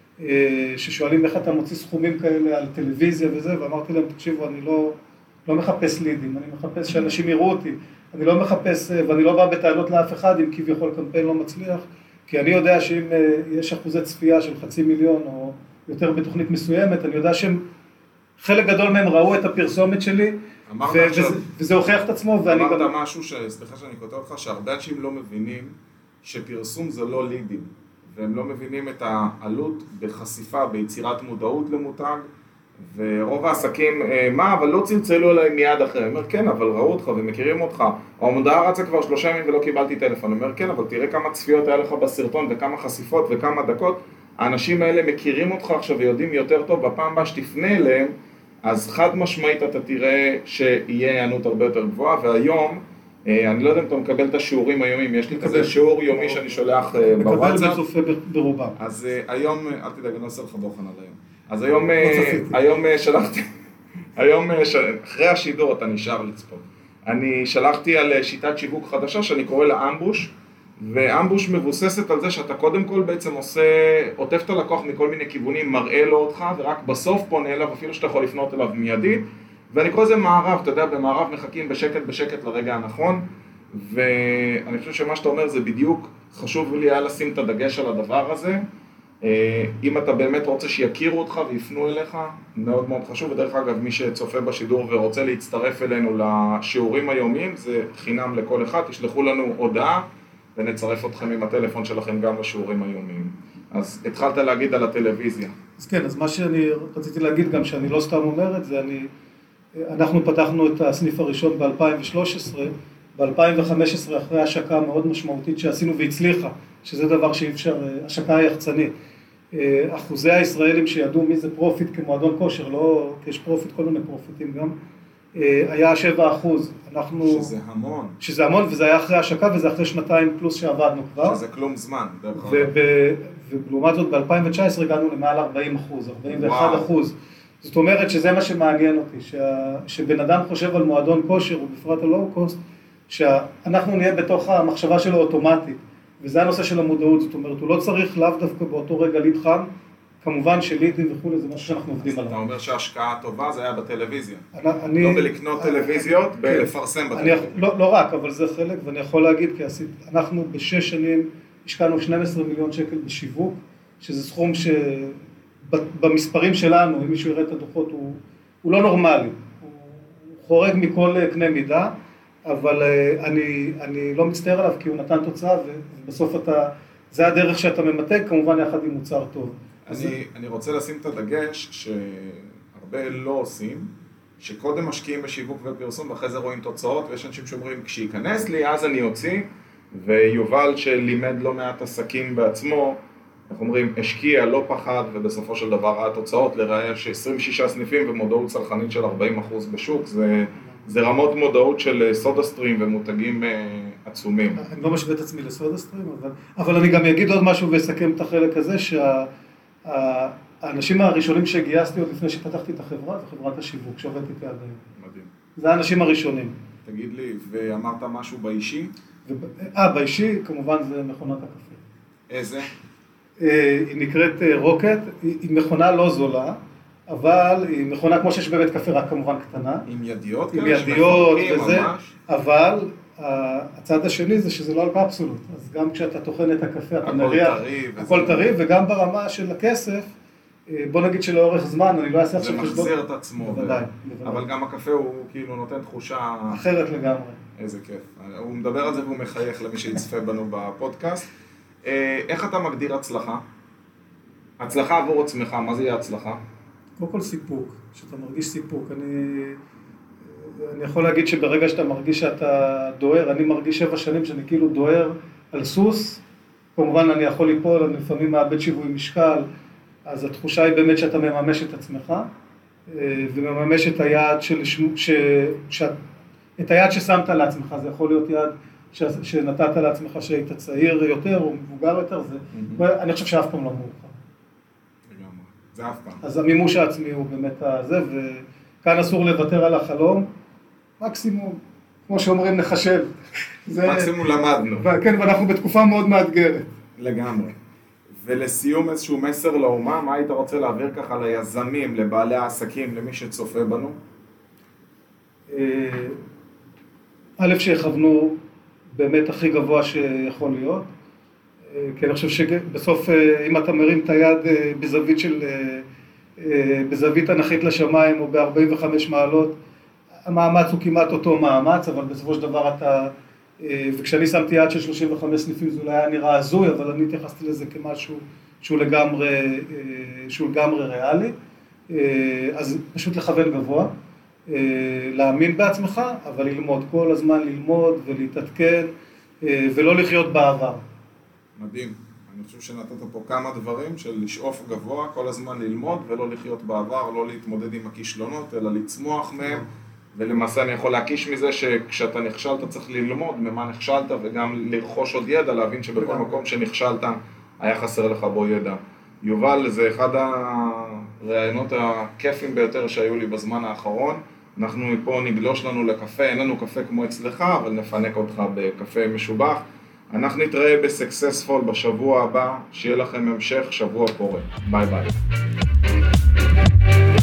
ששואלים איך אתה מוציא סכומים כאלה על טלוויזיה וזה, ואמרתי להם, תקשיבו, אני לא, לא מחפש לידים, אני מחפש שאנשים יראו אותי, אני לא מחפש, ואני לא בא בטענות לאף אחד, אם כביכול קמפיין לא מצליח, כי אני יודע שאם יש אחוזי צפייה של חצי מיליון או יותר בתוכנית מסוימת, אני יודע שהם, חלק גדול מהם ראו את הפרסומת שלי, ו- עכשיו, וזה, וזה הוכיח את עצמו, ואני אמרת גם... משהו, ש... סליחה שאני כותב אותך, שהרבה אנשים לא מבינים שפרסום זה לא לידים, והם לא מבינים את העלות בחשיפה, ביצירת מודעות למותג, ורוב העסקים, מה, אבל לא צלצלו עליי מיד אחרי, אני אומר, כן, אבל ראו אותך ומכירים אותך, או המודעה רצה כבר שלושה ימים ולא קיבלתי טלפון, אני אומר, כן, אבל תראה כמה צפיות היה לך בסרטון, וכמה חשיפות וכמה דקות, האנשים האלה מכירים אותך עכשיו ויודעים יותר טוב, בפעם הבאה שתפנה אליהם, אז חד משמעית אתה תראה שיהיה הענות הרבה יותר גבוהה, והיום, אני לא יודע אם אתה מקבל את השיעורים היומיים, יש לי כזה שיעור יומי שאני שולח בוואטסאפ. מקבל בצופה ברובם. אז היום, אל תדאג, אני לא עושה לך בוחן על היום. אז היום, היום שלחתי, היום אחרי השידור אתה נשאר לצפות. אני שלחתי על שיטת שיווק חדשה שאני קורא לה אמבוש, ואמבוש מבוססת על זה שאתה קודם כל בעצם עושה, עוטף את הלקוח מכל מיני כיוונים, מראה לו אותך, ורק בסוף פונה אליו, אפילו שאתה יכול לפנות אליו מיידית, ואני קורא לזה מערב, אתה יודע, במערב מחכים בשקט בשקט לרגע הנכון, ואני חושב שמה שאתה אומר זה בדיוק, חשוב לי היה לשים את הדגש על הדבר הזה, אם אתה באמת רוצה שיכירו אותך ויפנו אליך, מאוד מאוד חשוב, ודרך אגב מי שצופה בשידור ורוצה להצטרף אלינו לשיעורים היומיים, זה חינם לכל אחד, תשלחו לנו הודעה ונצרף אתכם עם הטלפון שלכם גם לשיעורים היומיים. אז התחלת להגיד על הטלוויזיה. אז כן, אז מה שאני רציתי להגיד גם שאני לא סתם אומר את זה, אני, אנחנו פתחנו את הסניף הראשון ב-אלפיים ושלוש עשרה, ב-אלפיים וחמש עשרה אחרי השקה מאוד משמעותית שעשינו והצליחה, שזה דבר שאי אפשר, השקה היחצנית. אחוזי הישראלים שידעו מי זה פרופיט כמועדון כושר, לא, כי יש פרופיט, כל מיני פרופיטים גם, היה שבע אחוז. אנחנו, שזה המון. שזה המון, וזה היה אחרי השקה, וזה אחרי שנתיים פלוס שעבדנו כבר. שזה כלום זמן. ובלעומת זאת ב-אלפיים תשע עשרה הגענו למעל ארבעים אחוז, ארבעים ואחד אחוז. זאת אומרת שזה מה שמעניין אותי, שבן אדם חושב על מועדון כושר, ובפרט על לואו-קוסט, שאנחנו נהיה בתוך המחשבה שלו אוטומטית, וזה הנושא של המודעות, זאת אומרת, הוא לא צריך לאו דווקא באותו רגע להתחם, כמובן שלידים וכו', זה משהו שאנחנו עובדים עליו. אתה אומר שההשקעה הטובה זה היה בטלוויזיה, אני, לא בלקנות טלוויזיות, כן. בלפרסם בטלוויזיה. אני, לא, לא רק, אבל זה חלק, ואני יכול להגיד, כי אנחנו בשש שנים השקענו שנים עשר מיליון שקל בשיווק, שזה סכום שבמספרים שלנו, אם מישהו יראה את הדוחות, הוא, הוא לא נורמלי, הוא חורג מכל קנה מידה, אבל אני, אני לא מצטער עליו כי הוא נתן תוצאה, ובסוף אתה, זה הדרך שאתה ממתג, כמובן יחד עם מוצר טוב. אני, אני רוצה לשים את הדגש שהרבה לא עושים, שקודם משקיעים בשיווק ופרסום, ואחרי זה רואים תוצאות, ויש אנשים שאומרים, כשיכנס לי, אז אני אוציא, ויובל שלימד לא מעט עסקים בעצמו, אנחנו אומרים, השקיע, לא פחד, ובסופו של דבר התוצאות לראה ש-עשרים ושישה סניפים ומודעות צרכנית של ארבעים אחוז בשוק, זה... זה רמות מודעות של סודה סטרים ומותגים עצומים. אני לא משווה את עצמי לסודה סטרים, אבל, אבל אני גם אגיד עוד משהו ואסכם את החלק הזה, שהאנשים הראשונים שגייסתי עוד לפני שפתחתי את החברה, זה חברת השיווק, שעובדת איתי עד היום. מדהים. זה האנשים הראשונים. תגיד לי, ואמרת משהו באישי? אה, באישי, כמובן זה מכונת הקפה. איזה? היא נקראת רוקט, היא מכונה לא זולה, אבל היא מכונה כמו שיש בבית קפה, רק כמובן קטנה. עם ידיות? עם ידיות וזה, אבל הצד השני זה שזה לא על קפסולות, אז גם כשאתה טוחן את הקפה, אתה מריח, הכל טרי, וגם ברמה של הכסף, בוא נגיד שלאורך זמן, אני לא אעשה עכשיו חשבון. זה מחזיר את עצמו, בוודאי. אבל גם הקפה הוא כאילו נותן תחושה... אחרת לגמרי. איזה כיף. הוא מדבר על זה והוא מחייך למי שיצפה בנו בפודקאסט. איך אתה מגדיר הצלחה? הצלחה עבור עצמך, מה זה יהיה הצלחה? קודם כל סיפוק, שאתה מרגיש סיפוק. אני, אני יכול להגיד שברגע שאתה מרגיש שאתה דוהר, אני מרגיש שבע שנים שאני כאילו דוהר על סוס, כמובן אני יכול ליפול, אני לפעמים מאבד שיווי משקל, אז התחושה היא באמת שאתה מממש את עצמך, ומממש את היעד של, ש, ש, את היעד ששמת לעצמך, זה יכול להיות יעד ש, שנתת לעצמך שהיית צעיר יותר או מבוגר יותר, זה, mm-hmm. אני חושב שאף פעם לא מאוחר. זה אף פעם. אז המימוש העצמי הוא באמת הזה, וכאן אסור לוותר על החלום, מקסימום, כמו שאומרים, נחשב. מקסימום למדנו. כן, ואנחנו בתקופה מאוד מאתגרת. לגמרי. ולסיום איזשהו מסר לאומה, מה היית רוצה להעביר ככה ליזמים, לבעלי העסקים, למי שצופה בנו? א', שיכוונו באמת הכי גבוה שיכול להיות, כי אני חושב שבסוף אם אתה מרים את היד בזווית של, בזווית אנכית לשמיים או ב-ארבעים וחמש מעלות, המאמץ הוא כמעט אותו מאמץ, אבל בסופו של דבר אתה, וכשאני שמתי יד של שלושים וחמש סניפים זה אולי היה נראה הזוי, אבל אני התייחסתי לזה כמשהו שהוא לגמרי, שהוא לגמרי ריאלי, אז פשוט לכוון גבוה, להאמין בעצמך, אבל ללמוד, כל הזמן ללמוד ולהתעדכן ולא לחיות בעבר. מדהים. אני חושב שנתת פה כמה דברים של לשאוף גבוה, כל הזמן ללמוד ולא לחיות בעבר, לא להתמודד עם הכישלונות, אלא לצמוח מהם, ולמעשה אני יכול להקיש מזה שכשאתה נכשלת צריך ללמוד ממה נכשלת וגם לרכוש עוד ידע, להבין שבכל מקום שנכשלת היה חסר לך בו ידע. יובל, זה אחד הרעיונות הכיפים ביותר שהיו לי בזמן האחרון. אנחנו מפה נגלוש לנו לקפה, אין לנו קפה כמו אצלך, אבל נפנק אותך בקפה משובח. אנחנו נתראה בסקסספול בשבוע הבא, שיהיה לכם המשך שבוע פורה. ביי ביי.